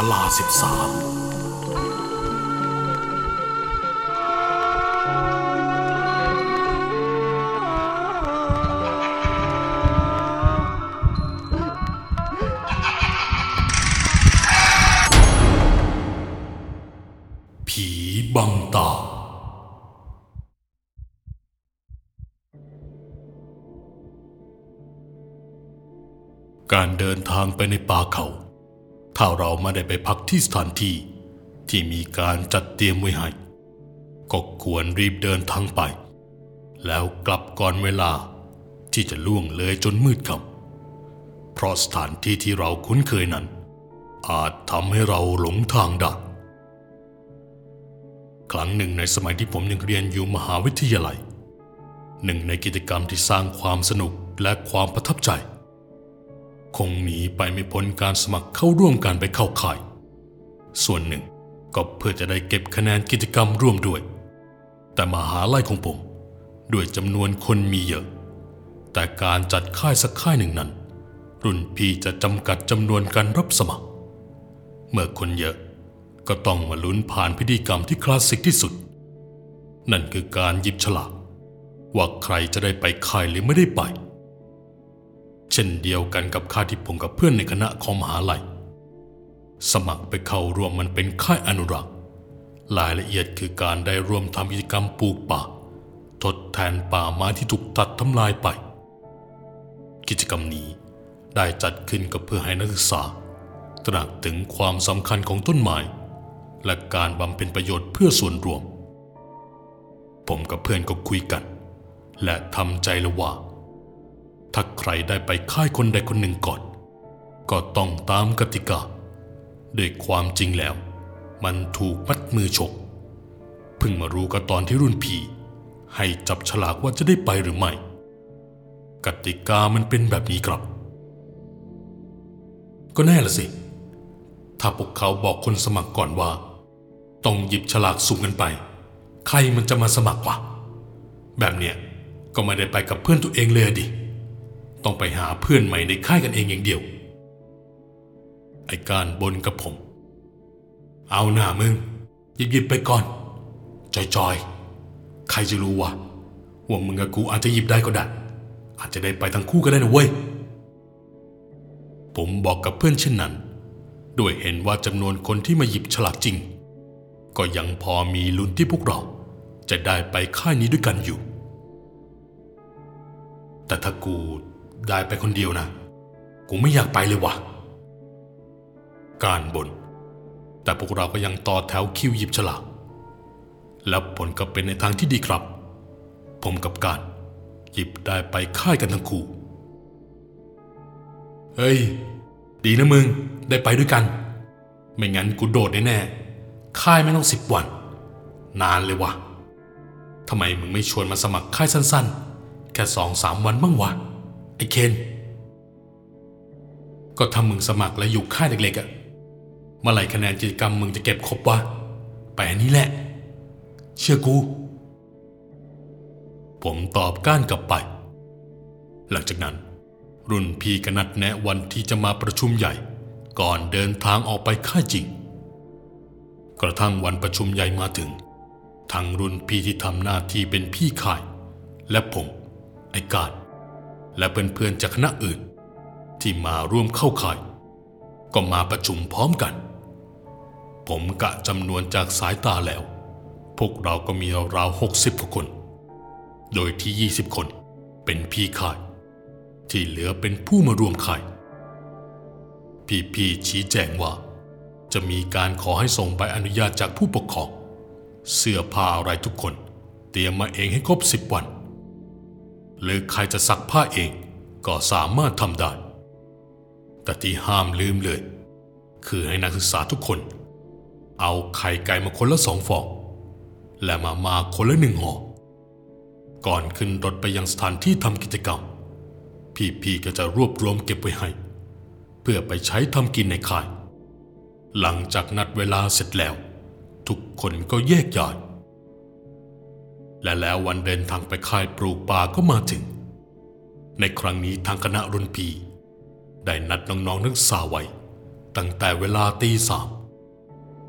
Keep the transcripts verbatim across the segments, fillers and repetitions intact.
ลาสิบสามผีบังตาการเดินทางไปในป่าเขาถ้าเราไม่ได้ไปพักที่สถานที่ที่มีการจัดเตรียมไว้ให้ก็ควรรีบเดินทางไปแล้วกลับก่อนเวลาที่จะล่วงเลยจนมืดค่ำเพราะสถานที่ที่เราคุ้นเคยนั้นอาจทำให้เราหลงทางได้ครั้งหนึ่งในสมัยที่ผมยังเรียนอยู่มหาวิทยาลัยหนึ่งในกิจกรรมที่สร้างความสนุกและความประทับใจคงหนีไปไม่พ้นการสมัครเข้าร่วมการไปเข้าค่ายส่วนหนึ่งก็เพื่อจะได้เก็บคะแนนกิจกรรมร่วมด้วยแต่มหาลัยของผมด้วยจำนวนคนมีเยอะแต่การจัดค่ายสักค่ายหนึ่งนั้นรุ่นพี่จะจำกัดจำนวนการรับสมัครเมื่อคนเยอะก็ต้องมาลุ้นผ่านพิธีกรรมที่คลาสสิกที่สุดนั่นคือการหยิบฉลากว่าใครจะได้ไปค่ายหรือไม่ได้ไปเช่นเดียวกันกับค่ายที่ผมกับเพื่อนในคณะของมหาลัยสมัครไปเข้าร่วมมันเป็นค่ายอนุรักษ์รายละเอียดคือการได้ร่วมทำกิจกรรมปลูกป่าทดแทนป่าไม้ที่ถูกตัดทำลายไปกิจกรรมนี้ได้จัดขึ้นก็เพื่อให้นักศึกษาตระหนักถึงความสำคัญของต้นไม้และการบำเพ็ญประโยชน์เพื่อส่วนรวมผมกับเพื่อนก็คุยกันและทำใจละว่าถ้าใครได้ไปค่ายคนใดคนหนึ่งก่อนก็ต้องตามกติกาด้วยความจริงแล้วมันถูกมัดมือฉกเพิ่งมารู้ก็ตอนที่รุ่นพี่ให้จับฉลากว่าจะได้ไปหรือไม่กติกามันเป็นแบบนี้ครับก็แน่ละสิถ้าพวกเขาบอกคนสมัครก่อนว่าต้องหยิบฉลากสุ่มกันไปใครมันจะมาสมัครวะแบบเนี้ยก็ไม่ได้ไปกับเพื่อนตัวเองเลยดิต้องไปหาเพื่อนใหม่ในค่ายกันเองอย่างเดียวไอ้การบ่นกับผมเอาหน้ามึงหยิบๆไปก่อนจอยๆใครจะรู้วะว่ามึงกับกูอาจจะหยิบได้ก็ได้อาจจะได้ไปทั้งคู่ก็ได้นะเว้ยผมบอกกับเพื่อนเช่นนั้นด้วยเห็นว่าจำนวนคนที่มาหยิบฉลากจริงก็ยังพอมีลุ้นที่พวกเราจะได้ไปค่ายนี้ด้วยกันอยู่แต่ถ้ากูได้ไปคนเดียวนะกูไม่อยากไปเลยวะการบ่นแต่พวกเราก็ยังต่อแถวคิวหยิบฉลากและผลก็เป็นในทางที่ดีครับผมกับการหยิบได้ไปค่ายกันทั้งคู่เฮ้ยดีนะมึงได้ไปด้วยกันไม่งั้นกูโดดแน่ๆค่ายไม่ต้องสิบวันนานเลยวะทำไมมึงไม่ชวนมาสมัครค่ายสั้นๆแค่สองสามวันบ้างวะไอ้เคนก็ทำมึงสมัครและอยู่ค่ายเล็กๆอะเมื่อไหร่คะแนนกิจกรรมมึงจะเก็บครบวะไปอันนี้แหละเชื่อกูผมตอบก้านกลับไปหลังจากนั้นรุ่นพี่ก็นัดแนะวันที่จะมาประชุมใหญ่ก่อนเดินทางออกไปค่ายจริงกระทั่งวันประชุมใหญ่มาถึงทั้งรุ่นพี่ที่ทำหน้าที่เป็นพี่ค่ายและผมไอ้การและเพื่อนๆจากคณะอื่นที่มาร่วมเข้าค่ายก็มาประชุมพร้อมกันผมกะจำนวนจากสายตาแล้วพวกเราก็มีราวๆหกสิบกว่าคนโดยที่ยี่สิบคนเป็นพี่ค่ายที่เหลือเป็นผู้มาร่วมค่ายพี่ๆชี้แจงว่าจะมีการขอให้ส่งใบอนุญาตจากผู้ปกครองเสื้อผ้าอะไรทุกคนเตรียมมาเองให้ครบสิบวันหรือใครจะซักผ้าเองก็สามารถทำได้แต่ที่ห้ามลืมเลยคือให้นักศึกษาทุกคนเอาไข่ไก่มาคนละสองฟองและมาม่าคนละหนึ่งห่อก่อนขึ้นรถไปยังสถานที่ทำกิจกรรมพี่ๆก็จะรวบรวมเก็บไว้ให้เพื่อไปใช้ทำกินในค่ายหลังจากนัดเวลาเสร็จแล้วทุกคนก็แยกย้ายและแล้ววันเดินทางไปค่ายปลูกป่าก็มาถึงในครั้งนี้ทางคณะรุ่นพี่ได้นัดน้องๆนักศึกษาไว้ตั้งแต่เวลาตีสาม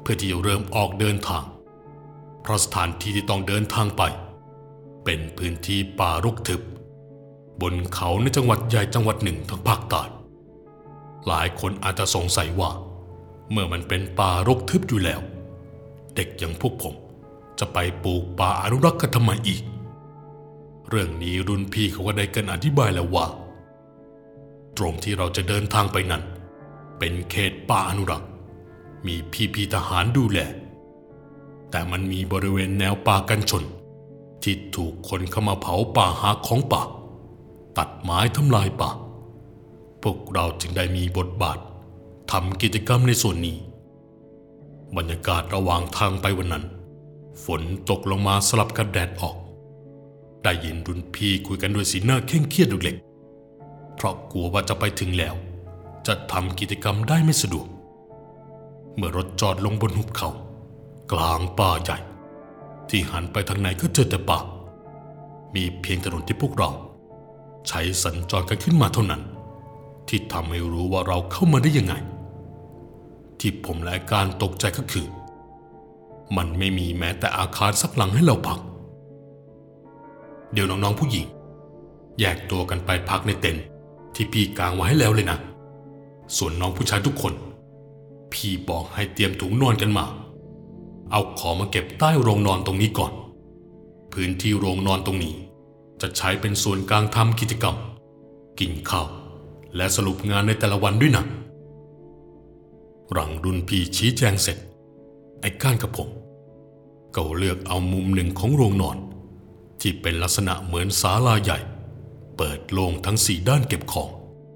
พื่อที่จะเริ่มออกเดินทางเพราะสถานที่ที่ต้องเดินทางไปเป็นพื้นที่ป่ารกทึบบนเขาในจังหวัดใหญ่จังหวัดหนึ่งทางภาคใต้หลายคนอาจจะสงสัยว่าเมื่อมันเป็นป่ารกทึบอยู่แล้วเด็กอย่างพวกผมจะไปปลูกป่าอนุรักษ์กันทำไมอีกเรื่องนี้รุ่นพี่เขาก็ได้เกินอธิบายแล้วว่าตรงที่เราจะเดินทางไปนั้นเป็นเขตป่าอนุรักษ์มีพี่พี่ทหารดูแลแต่มันมีบริเวณแนวป่ากันชนที่ถูกคนเข้ามาเผาป่าหาของป่าตัดไม้ทำลายป่าพวกเราจึงได้มีบทบาททำกิจกรรมในส่วนนี้บรรยากาศระหว่างทางไปวันนั้นฝนตกลงมาสลับกับแดดออกได้ยินรุ่นพี่คุยกันด้วยสีหน้าเคร่งเครียดดุเล็กเพราะกลัวว่าจะไปถึงแล้วจะทำกิจกรรมได้ไม่สะดวกเมื่อรถจอดลงบนหุบเขากลางป่าใหญ่ที่หันไปทางไหนก็เจอแต่ป่ามีเพียงถนนที่พวกเราใช้สัญจรกันขึ้นมาเท่านั้นที่ทำให้รู้ว่าเราเข้ามาได้ยังไงที่ผมและการตกใจก็คือมันไม่มีแม้แต่อาคารสักหลังให้เราพักเดี๋ยวน้องๆผู้หญิงแยกตัวกันไปพักในเต็นท์ที่พี่กางไว้ให้แล้วเลยนะส่วนน้องผู้ชายทุกคนพี่บอกให้เตรียมถุงนอนกันมาเอาของมาเก็บใต้โรงนอนตรงนี้ก่อนพื้นที่โรงนอนตรงนี้จะใช้เป็นส่วนกลางทำกิจกรรมกินข้าวและสรุปงานในแต่ละวันด้วยนะหลังรุ่นพี่ชี้แจงเสร็จไอ้ก้านกับผมก็เลือกเอามุมหนึ่งของโรงนอนที่เป็นลักษณะเหมือนศาลาใหญ่เปิดโล่งทั้งสี่ด้านเก็บของ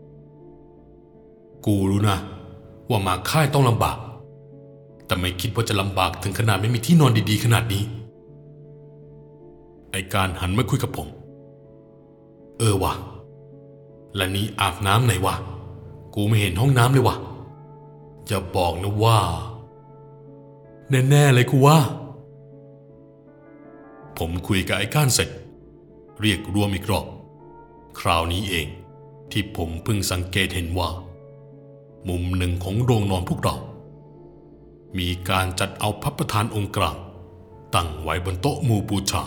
กูรู้นะว่ามาค่ายต้องลำบากแต่ไม่คิดว่าจะลำบากถึงขนาดไม่มีที่นอนดีๆขนาดนี้ไอ้การหันมาคุยกับผมเออวะและนี้อาบน้ำไหนวะกูไม่เห็นห้องน้ำเลยวะอย่าบอกนะว่าแน่ๆเลยกูว่าผมคุยกับไอ้ก้านเสร็จเรียกรวมอีกรอบคราวนี้เองที่ผมเพิ่งสังเกตเห็นว่ามุมหนึ่งของโรงนอนพวกเรามีการจัดเอาพระประธานองค์กลางตั้งไว้บนโต๊ะหมู่บูชา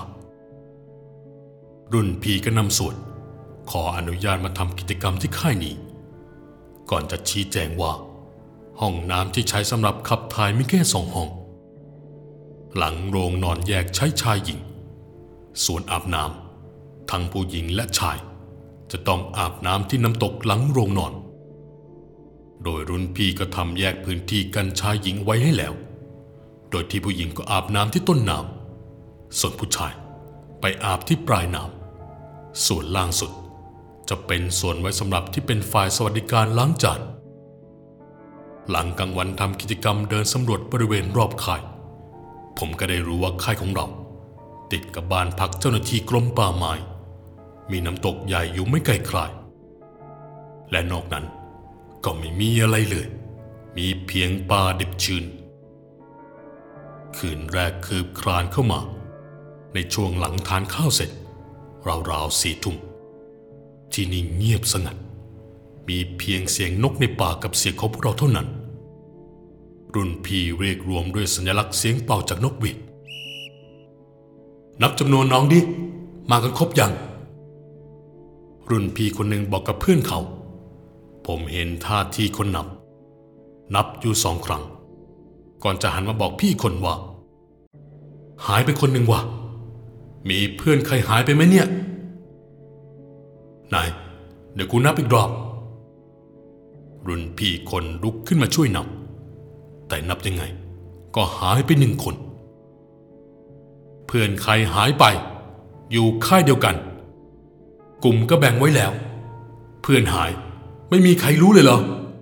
รุ่นพี่ก็นำสวดขออนุญาตมาทำกิจกรรมที่ค่ายนี้ก่อนจะชี้แจงว่าห้องน้ำที่ใช้สำหรับขับถ่ายมีแค่สองห้องหลังโรงนอนแยกใช้ชายหญิงส่วนอาบน้ำทั้งผู้หญิงและชายจะต้องอาบน้ำที่น้ำตกหลังโรงนอนโดยรุ่นพี่ก็ทำแยกพื้นที่กันชายหญิงไว้ให้แล้วโดยที่ผู้หญิงก็อาบน้ำที่ต้นน้ำส่วนผู้ชายไปอาบที่ปลายน้ำส่วนล่างสุดจะเป็นส่วนไว้สำหรับที่เป็นฝ่ายสวัสดิการล้างจานหลังกลางวันทำกิจกรรมเดินสำรวจบริเวณรอบค่ายผมก็ได้รู้ว่าค่ายของเราติดกับบ้านพักเจ้าหน้าที่กรมป่าไม้มีน้ำตกใหญ่อยู่ไม่ไกลใครและนอกนั้นก็ไม่มีอะไรเลยมีเพียงป่าดิบชื้นคืนแรกคืบคลานเข้ามาในช่วงหลังทานข้าวเสร็จราวๆสี่ทุ่มที่นี่เงียบสงัดมีเพียงเสียงนกในป่ากับเสียงของพวกเราเท่านั้นรุ่นพี่เรียกรวมด้วยสัญลักษณ์เสียงเป่าจากนกหวีดนับจำนวนน้องดิมากันครบยังรุ่นพี่คนหนึ่งบอกกับเพื่อนเขาผมเห็นท่าทีคนนับนับอยู่สองครั้งก่อนจะหันมาบอกพี่คนว่าหายไปคนหนึ่งว่ะมีเพื่อนใครหายไปไหมเนี่ยนายเดี๋ยวกูนับอีกรอบรุ่นพี่คนลุกขึ้นมาช่วยนับแต่นับยังไงก็หายไปหนึ่งคนเพื่อนใครหายไปอยู่ค่ายเดียวกันกลุ่มก็แบ่งไว้แล้วเพื่อนหายไม่มีใครรู้เลยเหรอ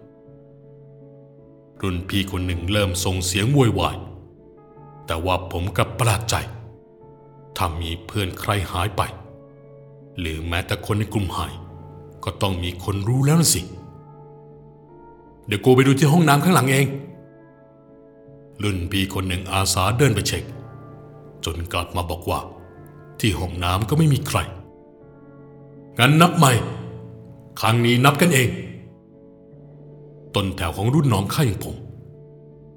รุ่นพี่คนหนึ่งเริ่มส่งเสียงโวยวายแต่ว่าผมกลับประหลาดใจถ้ามีเพื่อนใครหายไปหรือแม้แต่คนในกลุ่มหายก็ต้องมีคนรู้แล้วนะสิเดี๋ยวกูไปดูที่ห้องน้ำข้างหลังเองรุ่นพี่คนหนึ่งอาสาเดินไปเช็คจนกลับมาบอกว่าที่ห้องน้ำก็ไม่มีใครงั้นนับใหม่ครั้งนี้นับกันเองต้นแถวของรุ่นน้องข้าอย่างผม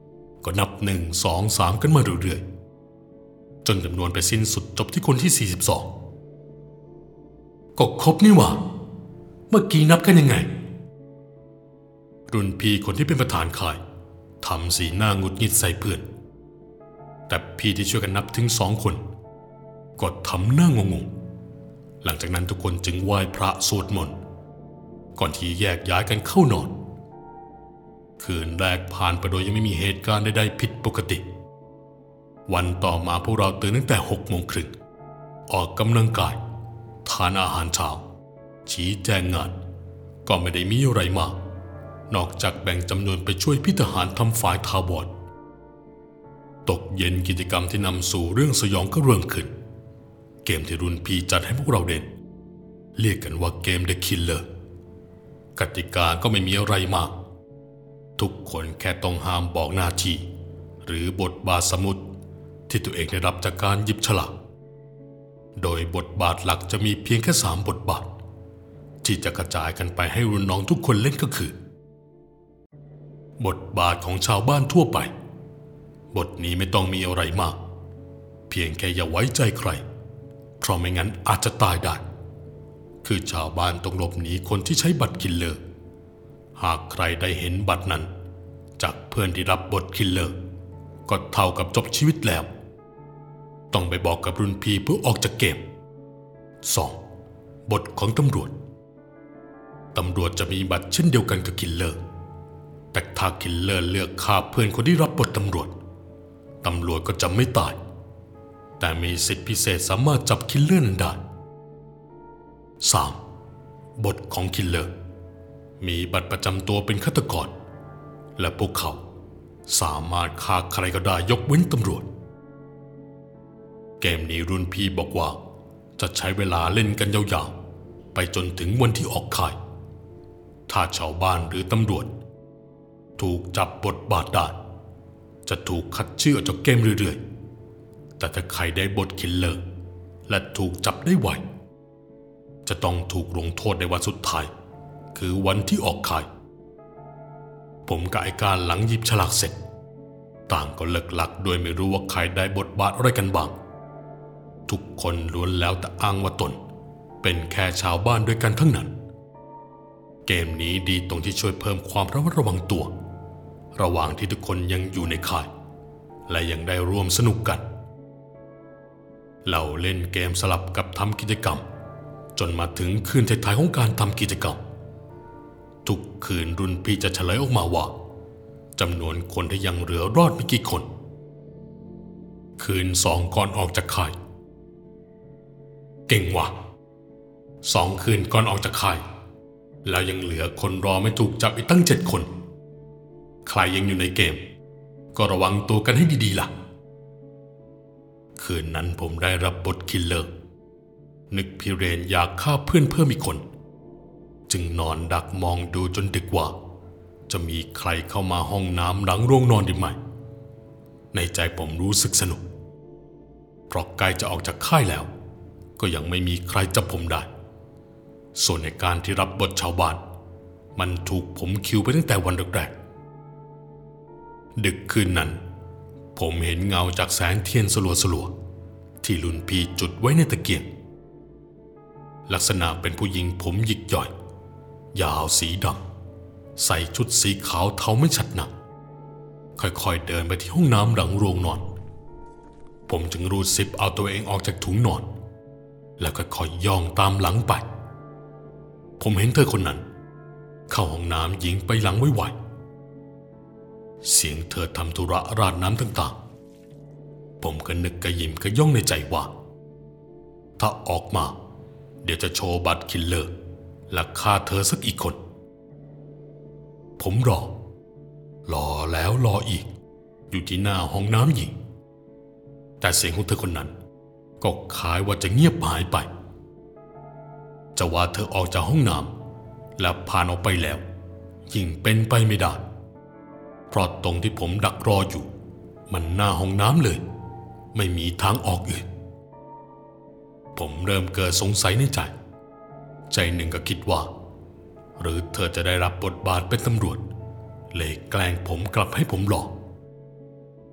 ก็นับหนึ่งสองสามกันมาเรื่อยๆจนจำนวนไปสิ้นสุดจบที่คนที่สี่สิบสองก็ครบนี่หว่าเมื่อกี้นับกันยังไงรุ่นพี่คนที่เป็นประธานค่ายทำสีหน้าหงุดหงิดใส่เพื่อนแต่พี่ที่ช่วยกันนับถึงสองคนก็ทำหน้างงๆหลังจากนั้นทุกคนจึงไหว้พระสวดมนต์ก่อนที่แยกย้ายกันเข้านอนคืนแรกผ่านไปโดยยังไม่มีเหตุการณ์ใดๆผิดปกติวันต่อมาพวกเราตื่นตั้งแต่หกโมงครึ่งออกกำลังกายทานอาหารเช้าชี้แจงงานก็ไม่ได้มีอะไรมากนอกจากแบ่งจำนวนไปช่วยพี่ทหารทำฝ่ายทาวรตกเย็นกิจกรรมที่นำสู่เรื่องสยองก็เริ่มขึ้นเกมที่รุ่นพี่จัดให้พวกเราเด่นเรียกกันว่าเกม The Killer กติกาก็ไม่มีอะไรมากทุกคนแค่ต้องห้ามบอกหน้าที่หรือบทบาทสมมุติที่ตัวเองได้รับจากการหยิบฉลากโดยบทบาทหลักจะมีเพียงแค่สามบทบาทที่จะกระจายกันไปให้รุ่นน้องทุกคนเล่นก็คือบทบาทของชาวบ้านทั่วไปบทนี้ไม่ต้องมีอะไรมากเพียงแค่อย่าไว้ใจใครเพราะไม่งั้นอาจจะตายได้คือชาวบ้านต้องหลบหนีคนที่ใช้บัตรคิลเลอร์หากใครได้เห็นบัตรนั้นจากเพื่อนที่รับบทคิลเลอร์ก็เท่ากับจบชีวิตแล้วต้องไปบอกกับรุ่นพี่เพื่อออกจากเกม สอง. บทของตำรวจตำรวจจะมีบัตรเช่นเดียวกันกับคิลเลอร์แต่ถ้าคิลเลอร์เลือกฆ่าเพื่อนคนที่รับบทตำรวจตำรวจก็จะไม่ตายแต่มีสิทธิพิเศษสามารถจับคิลเลอร์นั้นได้ สาม. บทของคิลเลอร์มีบัตรประจำตัวเป็นฆาตกรและพวกเขาสามารถฆ่าใครก็ได้ยกเว้นตำรวจเกมนี้รุ่นพี่บอกว่าจะใช้เวลาเล่นกันยาวๆไปจนถึงวันที่ออกค่ายถ้าชาวบ้านหรือตำรวจถูกจับบทบาทได้จะถูกคัดชื่อออกจากเกมเรื่อยๆแต่ถ้าใครได้บทคิลเลอร์และถูกจับได้ไวจะต้องถูกลงโทษในวันสุดท้ายคือวันที่ออกค่ายผมกับไอ้การหลังหยิบฉลากเสร็จต่างก็เลิกลักโดยไม่รู้ว่าใครได้บทบาทอะไรกันบ้างทุกคนล้วนแล้วแต่อ้างว่าตนเป็นแค่ชาวบ้านด้วยกันทั้งนั้นเกมนี้ดีตรงที่ช่วยเพิ่มความระมัดระวังตัวระหว่างที่ทุกคนยังอยู่ในค่ายและยังได้ร่วมสนุกกันเราเล่นเกมสลับกับทำกิจกรรมจนมาถึงคืนท้ายๆของการทำกิจกรรมทุกคืนรุ่นพี่จะเฉลยออกมาว่าจำนวนคนที่ยังเหลือรอดมีกี่คนคืนสองก่อนออกจากค่ายเก่งว่ะสองคืนก่อนออกจากค่ายแล้วยังเหลือคนรอไม่ถูกจับอีกตั้งเจ็ดคนใครยังอยู่ในเกมก็ระวังตัวกันให้ดีๆล่ะคืนนั้นผมได้รับบทคิลเลอร์นึกพิเรนอยากฆ่าเพื่อนเพิ่มอีกคนจึงนอนดักมองดูจนดึกว่าจะมีใครเข้ามาห้องน้ำหลังโรงนอนหรือไม่ในใจผมรู้สึกสนุกเพราะใกล้จะออกจากค่ายแล้วก็ยังไม่มีใครจับผมได้ส่วนในการที่รับบทชาวบ้านมันถูกผมคิวไปตั้งแต่วันแรกๆดึกคืนนั้นผมเห็นเงาจากแสงเทียนสลัวๆที่รุ่นพี่จุดไว้ในตะเกียงลักษณะเป็นผู้หญิงผมหยิกย่อยยาวสีดำใส่ชุดสีขาวเทาไม่ชัดหนักค่อยๆเดินไปที่ห้องน้ำหลังโรงนอนผมจึงรูดซิปเอาตัวเองออกจากถุงนอนแล้วค่อยๆย่องตามหลังไปผมเห็นเธอคนนั้นเข้าห้องน้ำหญิงไปหลังไวๆเสียงเธอทำธุระราดน้ำต่างๆผมก็นึกกระยิมกระย่องในใจว่าถ้าออกมาเดี๋ยวจะโชว์บัตรคิลเลอร์และฆ่าเธอสักอีกคนผมรอรอแล้วรออีกอยู่ที่หน้าห้องน้ำหญิงแต่เสียงของเธอคนนั้นก็คล้ายว่าจะเงียบหายไปจะว่าเธอออกจากห้องน้ำและผ่านออกไปแล้วยิ่งเป็นไปไม่ได้เพราะตรงที่ผมดักรออยู่มันหน้าห้องน้ำเลยไม่มีทางออกอื่นผมเริ่มเกิดสงสัยในใจใจหนึ่งก็คิดว่าหรือเธอจะได้รับบทบาทเป็นตำรวจเลยแกล้งผมกลับให้ผมหลอก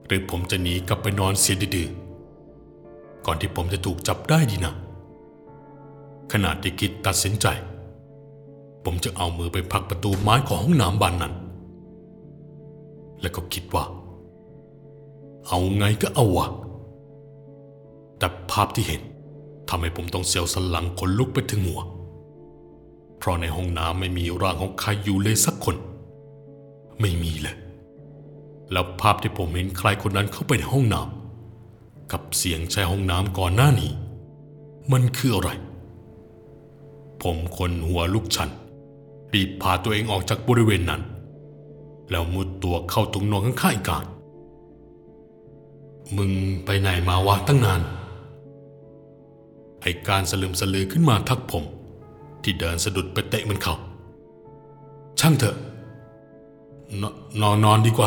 หรือผมจะหนีกลับไปนอนเสียดื้อๆก่อนที่ผมจะถูกจับได้ดีนะขณะที่คิดตัดสินใจผมจะเอามือไปผลักประตูไม้ของห้องน้ำบานนั้นแล้วก็คิดว่าเอาไงก็เอาวะแต่ภาพที่เห็นทำให้ผมต้องเสียวสันหลังขนลุกไปถึงหัวเพราะในห้องน้ำไม่มีร่างของใครอยู่เลยสักคนไม่มีเลยแล้วภาพที่ผมเห็นใครคนนั้นเข้าไปในห้องน้ำกับเสียงใช้ห้องน้ำก่อนหน้านี้มันคืออะไรผมคนหัวลุกชันรีบพาตัวเองออกจากบริเวณนั้นแล้วมุดตัวเข้าถุงนอนข้างๆอีกการมึงไปไหนมาวะตั้งนานไอ้การสลึมสลือขึ้นมาทักผมที่เดินสะดุดไปเตะมันเขาช่างเถอะนนอนนอนดีกว่า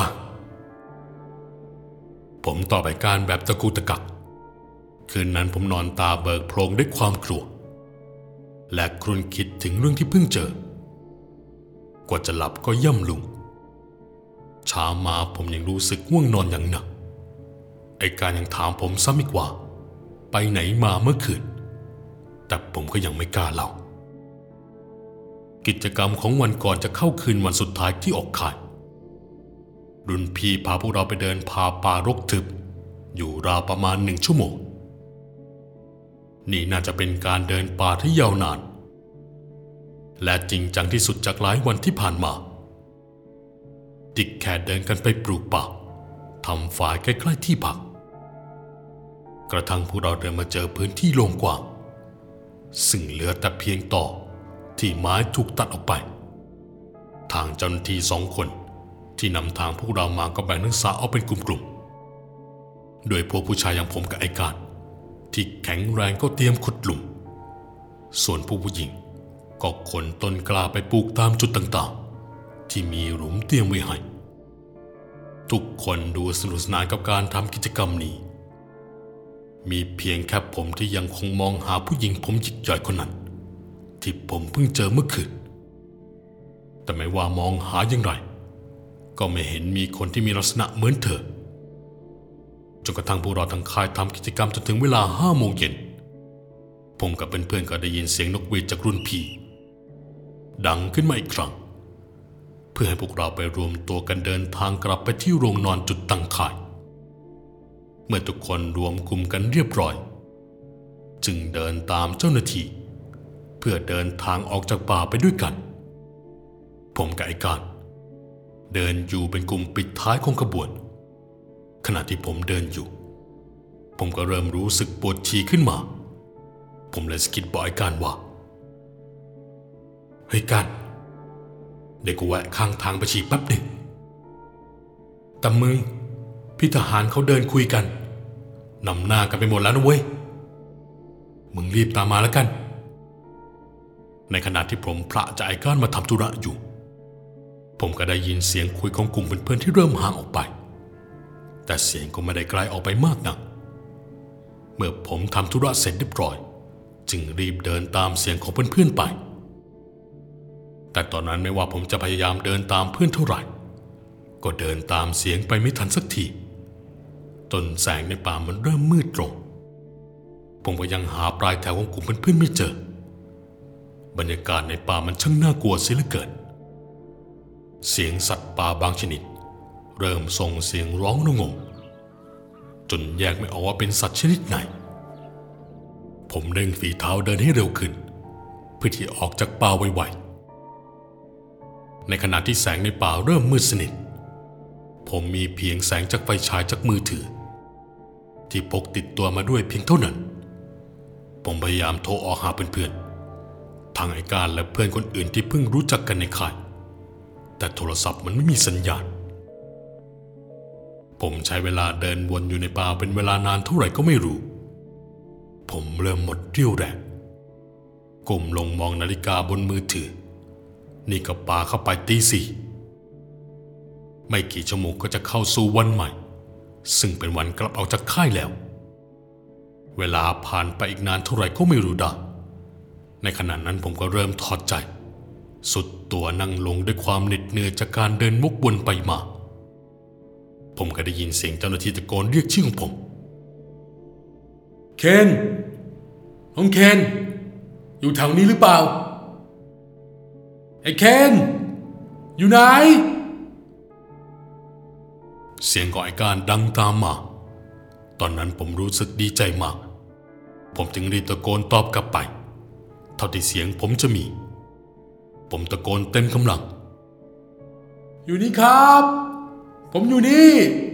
ผมตอบไอ้การแบบตะกุกตะกักคืนนั้นผมนอนตาเบิกโพลงด้วยความกลัวและครุ่นคิดถึงเรื่องที่เพิ่งเจอกว่าจะหลับก็ย่ำลุงเช้ามาผมยังรู้สึกง่วงนอนอย่างหนักไอ้การยังถามผมซ้ำอีกว่าไปไหนมาเมื่อคืนแต่ผมก็ยังไม่กล้าเล่ากิจกรรมของวันก่อนจะเข้าคืนวันสุดท้ายที่ออกค่ายรุ่นพี่พาพวกเราไปเดินพาป่ารกทึบอยู่ราวประมาณหนึ่งชั่วโมงนี่น่าจะเป็นการเดินป่าที่ยาวนานและจริงจังที่สุดจากหลายวันที่ผ่านมาดิกแค่เดินกันไปปลูกป่าทำฝายใกล้ๆที่พักกระทั่งพวกเราเดินมาเจอพื้นที่โล่งกว้างซึ่งเหลือแต่เพียงต่อที่ไม้ถูกตัดออกไปทางเจ้าหน้าที่สองคนที่นำทางพวกเรามาก็แบ่งนักศึกษาออกเป็นกลุ่มๆโดยพวกผู้ชายอย่างผมกับไอ้การที่แข็งแรงก็เตรียมขุดหลุมส่วนผู้ผู้หญิงก็ขนต้นกล้าไปปลูกตามจุดต่างๆที่มีหลุมเตรียมไว้ให้ทุกคนดูสนุกสนานกับการทำกิจกรรมนี้มีเพียงแค่ผมที่ยังคงมองหาผู้หญิงผมหยิกใหญ่คนนั้นที่ผมเพิ่งเจอเมื่อคืนแต่ไม่ว่ามองหาอย่างไรก็ไม่เห็นมีคนที่มีลักษณะเหมือนเธอจนกระทั่งพวกเราทั้งค่ายทำกิจกรรมจนถึงเวลาห้าโมงเย็นผมกับเพื่อนๆก็ได้ยินเสียงนกหวีดจากรุ่นพี่ดังขึ้นมาอีกครั้งเพื่อให้พวกเราไปรวมตัวกันเดินทางกลับไปที่โรงนอนจุดตั้งค่ายเมื่อทุกคนรวมกลุ่มกันเรียบร้อยจึงเดินตามเจ้าหน้าที่เพื่อเดินทางออกจากป่าไปด้วยกันผมกับไอ้การเดินอยู่เป็นกลุ่มปิดท้ายของขบวนขณะที่ผมเดินอยู่ผมก็เริ่มรู้สึกปวดฉี่ขึ้นมาผมเลยสะกิดบอกไอ้การว่าเฮ้ยการเดี๋ยวกูแวะข้างทางไปฉี่แป๊บหนึ่งแต่มึงพี่ทหารเขาเดินคุยกันนำหน้ากันไปหมดแล้วนะเว้ยมึงรีบตามมาแล้วกันในขณะที่ผมพระจะไอ้การมาทำธุระอยู่ผมก็ได้ยินเสียงคุยของกลุ่มเพื่อนๆที่เริ่มห่างออกไปแต่เสียงก็ไม่ได้ไกลออกไปมากนักเมื่อผมทำธุระเสร็จเรียบร้อยจึงรีบเดินตามเสียงของเพื่อนๆไปแต่ตอนนั้นไม่ว่าผมจะพยายามเดินตามเพื่อนเท่าไหร่ก็เดินตามเสียงไปไม่ทันสักทีจนแสงในป่ามันเริ่มมืดลงผมก็ยังหาปลายแถวของกลุ่มเพื่อนๆไม่เจอบรรยากาศในป่ามันช่างน่ากลัวเสียเหลือเกินเสียงสัตว์ป่าบางชนิดเริ่มส่งเสียงร้องระงมจนแยกไม่ออกว่าเป็นสัตว์ชนิดไหนผมเร่งฝีเท้าเดินให้เร็วขึ้นเพื่อที่ออกจากป่าไวๆในขณะที่แสงในป่าเริ่มมืดสนิทผมมีเพียงแสงจากไฟฉายจากมือถือที่พกติดตัวมาด้วยเพียงเท่านั้นผมพยายามโทรออกหาเพื่อนๆทางไอ้การและเพื่อนคนอื่นที่เพิ่งรู้จักกันในค่ายแต่โทรศัพท์มันไม่มีสัญญาณผมใช้เวลาเดินวนอยู่ในป่าเป็นเวลานานเท่าไหร่ก็ไม่รู้ผมเริ่มหมดเรี่ยวแรงก้มลงมองนาฬิกาบนมือถือนี่ก็ป่าเข้าไปตีสี่ไม่กี่ชั่วโมงก็จะเข้าสู่วันใหม่ซึ่งเป็นวันกลับออกจากค่ายแล้วเวลาผ่านไปอีกนานเท่าไหร่ก็ไม่รู้ดะในขณะนั้นผมก็เริ่มถอดใจสุดตัวนั่งลงด้วยความเหน็ดเหนื่อยจากการเดินวกวนไปมาผมก็ได้ยินเสียงเจ้าหน้าที่ตะโกนเรียกชื่อของผมเคนน้องเคนอยู่แถวนี้หรือเปล่าไอ้เคนอยู่ไหนเสียงของไอ้การดังตามมาตอนนั้นผมรู้สึกดีใจมากผมจึงรีบตะโกนตอบกลับไปเท่าที่เสียงผมจะมีผมตะโกนเต็มกำลังอยู่นี่ครับผมอยู่นี่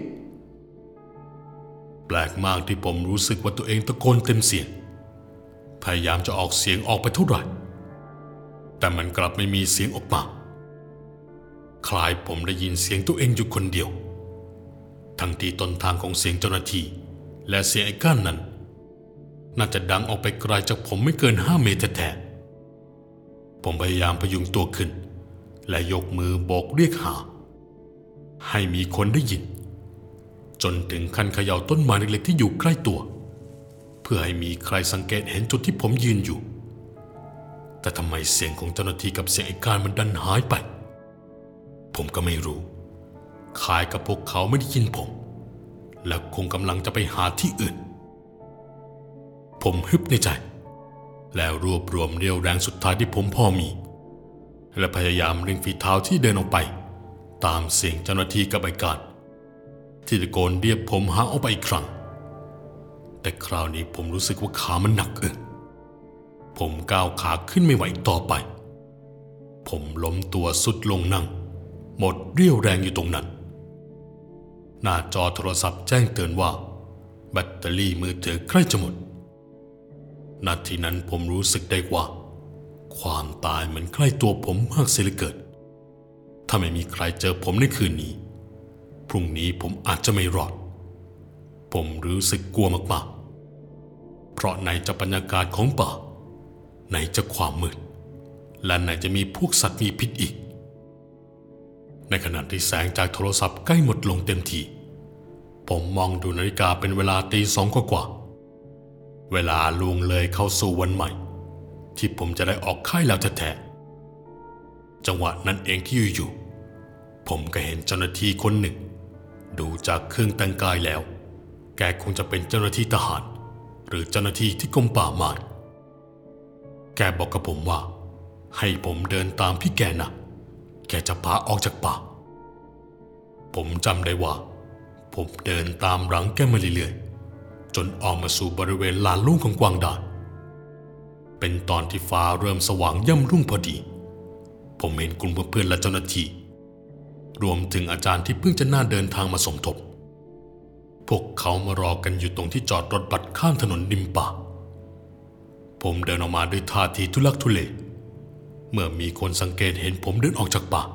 แปลกมากที่ผมรู้สึกว่าตัวเองตะโกนเต็มเสียงพยายามจะออกเสียงออกไปเท่าไหร่แต่มันกลับไม่มีเสียงออกมาคล้ายผมได้ยินเสียงตัวเองอยู่คนเดียวทั้งที่ต้นทางของเสียงเจ้าหน้าที่และเสียงไอ้ก้านนั้นน่าจะดังออกไปไกลจากผมไม่เกินห้าเมตรแท้ๆผมพยายามพยุงตัวขึ้นและยกมือโบกเรียกหาให้มีคนได้ยินจนถึงขั้นเขย่าต้นไม้เล็กๆที่อยู่ใกล้ตัวเพื่อให้มีใครสังเกตเห็นจุดที่ผมยืนอยู่แต่ทำไมเสียงของเจ้าหน้าที่กับเสียงไอ้การมันดันหายไปผมก็ไม่รู้คล้ายกับพวกเขาไม่ได้ยินผมและคงกำลังจะไปหาที่อื่นผมฮึบในใจแล้วรวบรวมเรี่ยวแรงสุดท้ายที่ผมพอมีและพยายามเร่งฝีเท้าที่เดินออกไปตามเสียงเจ้าหน้าที่กับไอ้การที่ตะโกนเรียกผมหาออกไปอีกครั้งแต่คราวนี้ผมรู้สึกว่าขามันหนักอึ้งผมก้าวขาขึ้นไม่ไหวต่อไปผมล้มตัวสุดลงนั่งหมดเรี่ยวแรงอยู่ตรงนั้นหน้าจอโทรศัพท์แจ้งเตือนว่าแบตเตอรี่มือถือใกล้จะหมดนาทีนั้นผมรู้สึกได้ว่าความตายมันใกล้ตัวผมมากเสียเหลือเกินถ้าไม่มีใครเจอผมในคืนนี้พรุ่งนี้ผมอาจจะไม่รอดผมรู้สึกกลัวมากๆเพราะไหนจะบรรยากาศของป่าไหนจะความมืดและไหนจะมีพวกสัตว์มีพิษอีกในขณะที่แสงจากโทรศัพท์ใกล้หมดลงเต็มทีผมมองดูนาฬิกาเป็นเวลาตีสองกว่าเวลาล่วงเลยเข้าสู่วันใหม่ที่ผมจะได้ออกค่ายแล้วแท้ๆจังหวะนั้นเองที่อยู่ๆผมก็เห็นเจ้าหน้าที่คนหนึ่งดูจากเครื่องแต่งกายแล้วแกคงจะเป็นเจ้าหน้าที่ทหารหรือเจ้าหน้าที่ที่กรมป่าไม้แกบอกกับผมว่าให้ผมเดินตามพี่แกนะแกจะพาออกจากป่าผมจำได้ว่าผมเดินตามหลังแกมาเรื่อยๆจนออกมาสู่บริเวณลานโล่งของกวางดานเป็นตอนที่ฟ้าเริ่มสว่างย่ำรุ่งพอดีผมเห็นกลุ่มเพื่อนๆและเจ้าหน้าที่รวมถึงอาจารย์ที่เพิ่งจะน่าเดินทางมาสมทบพวกเขามารอกันอยู่ตรงที่จอดรถบัสข้ามถนนริมป่าผมเดินออกมาด้วยท่าทีทุลักทุเลเมื่อมีคนสังเกตเห็นผมเดินออกจากป่า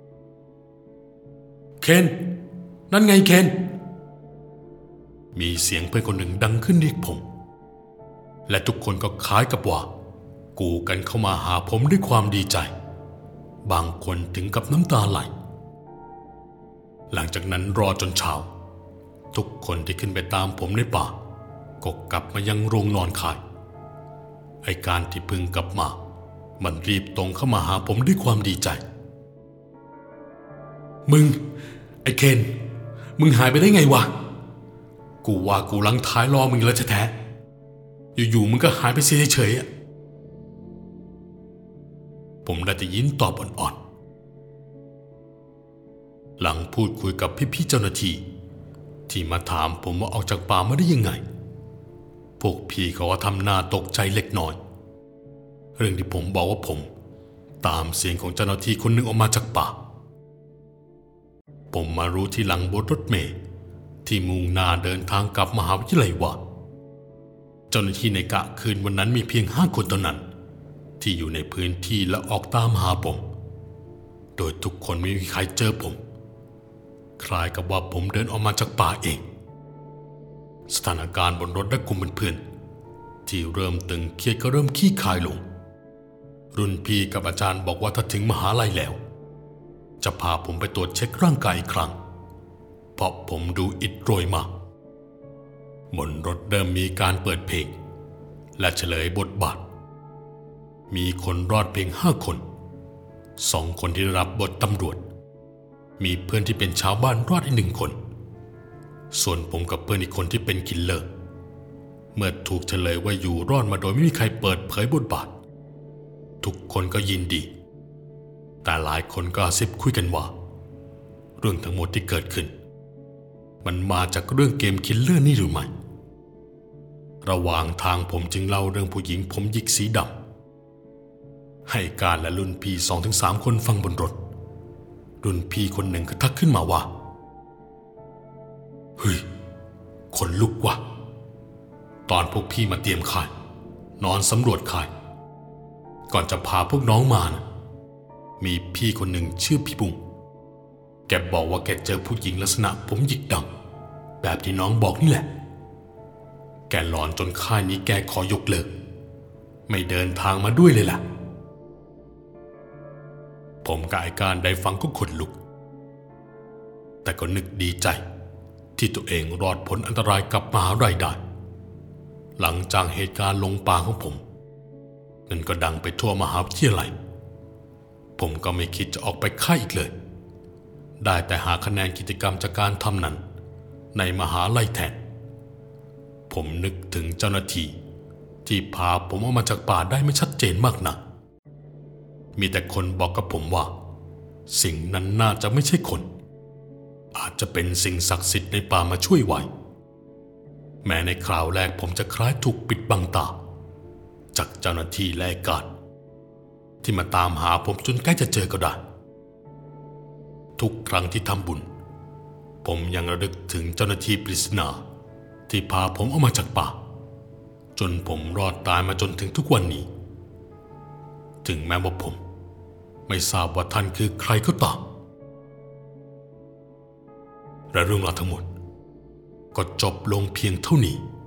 เคนนั่นไงเคนมีเสียงเพื่อนคนหนึ่งดังขึ้นเรียกผมและทุกคนก็คล้ายกับว่ากูกันเข้ามาหาผมด้วยความดีใจบางคนถึงกับน้ำตาไหลหลังจากนั้นรอจนเช้าทุกคนที่ขึ้นไปตามผมในป่าก็กลับมายังโรงนอนขายไอ้การที่พึงกลับมามันรีบตรงเข้ามาหาผมด้วยความดีใจมึงไอ้เคนมึงหายไปได้ไงวะกูว่ากูลังท้ายรอมึงแล้วแท้ๆอยู่ๆมึงก็หายไปเสียเฉยๆผมได้แต่ยิ้มตอบอ่อนๆหลังพูดคุยกับพี่ๆเจ้าหน้าที่ที่มาถามผมว่าออกจากป่ามาได้ยังไงพวกพี่เขาก็ทำหน้าตกใจเล็กน้อยเรื่องที่ผมบอกว่าผมตามเสียงของเจ้าหน้าที่คนหนึ่งออกมาจากป่าผมมารู้ทีหลังบนรถเมล์ที่มุ่งหน้าเดินทางกลับมหาวิทยาลัยว่าเจ้าหน้าที่ในกะคืนวันนั้นมีเพียงห้าคนเท่านั้นที่อยู่ในพื้นที่และออกตามหาผมโดยทุกคนไม่มีใครเจอผมคล้ายกับว่าผมเดินออกมาจากป่าเองสถานการณ์บนรถและกลุ่มเพื่อนๆที่เริ่มตึงเครียดก็เริ่มขี้คายลงรุ่นพี่กับอาจารย์บอกว่าถ้าถึงมหาลัยแล้วจะพาผมไปตรวจเช็คร่างกายอีกครั้งเพราะผมดูอิดโรยมากบนรถเริ่มมีการเปิดเพลงและเฉลยบทบาทมีคนรอดเพียงห้าคนสองคนที่ได้รับบทตำรวจมีเพื่อนที่เป็นชาวบ้านรอดอีกหนึ่งคนส่วนผมกับเพื่อนอีกคนที่เป็นคิลเลอร์เมื่อถูกเฉลยว่าอยู่รอดมาโดยไม่มีใครเปิดเผยบทบาททุกคนก็ยินดีแต่หลายคนก็ซิบคุยกันว่าเรื่องทั้งหมดที่เกิดขึ้นมันมาจากเรื่องเกมคิลเลอร์นี่หรือไม่ระหว่างทางผมจึงเล่าเรื่องผู้หญิงผมหยิกสีดำให้การและรุ่นพี่สองถึงสามคนฟังบนรถรุ่นพี่คนหนึ่งก็ทักขึ้นมาว่าเฮ้ยขนลุกว่ะตอนพวกพี่มาเตรียมค่ายนอนสำรวจค่ายก่อนจะพาพวกน้องมานะมีพี่คนหนึ่งชื่อพี่บุ้งแกบอกว่าแกเจอผู้หญิงลักษณะผมหยิกดำแบบที่น้องบอกนี่แหละแกหลอนจนค่ายนี้แกขอยกเลิกไม่เดินทางมาด้วยเลยล่ะผมกับไอ้การได้ฟังก็ขนลุกแต่ก็นึกดีใจที่ตัวเองรอดพ้นอันตรายกลับมหาวิทยาลัยได้หลังจากเหตุการณ์ลงป่าของผมนั่นก็ดังไปทั่วมหาวิทยาลัยผมก็ไม่คิดจะออกไปค่ายอีกเลยได้แต่หาคะแนนกิจกรรมจากการทำนั้นในมหาลัยแทนผมนึกถึงเจ้าหน้าที่ที่พาผมออกมาจากป่าได้ไม่ชัดเจนมากนักมีแต่คนบอกกับผมว่าสิ่งนั้นน่าจะไม่ใช่คนอาจจะเป็นสิ่งศักดิ์สิทธิ์ในป่ามาช่วยไว้แม้ในคราวแรกผมจะคล้ายถูกปิดบังตาจากเจ้าหน้าที่และกาดที่มาตามหาผมจนใกล้จะเจอก็ได้ทุกครั้งที่ทำบุญผมยังระลึกถึงเจ้าหน้าที่ปริศนาที่พาผมออกมาจากป่าจนผมรอดตายมาจนถึงทุกวันนี้ถึงแม้ว่าผมไม่ทราบว่าท่านคือใครก็ตามและเรื่องราวทั้งหมดก็จบลงเพียงเท่านี้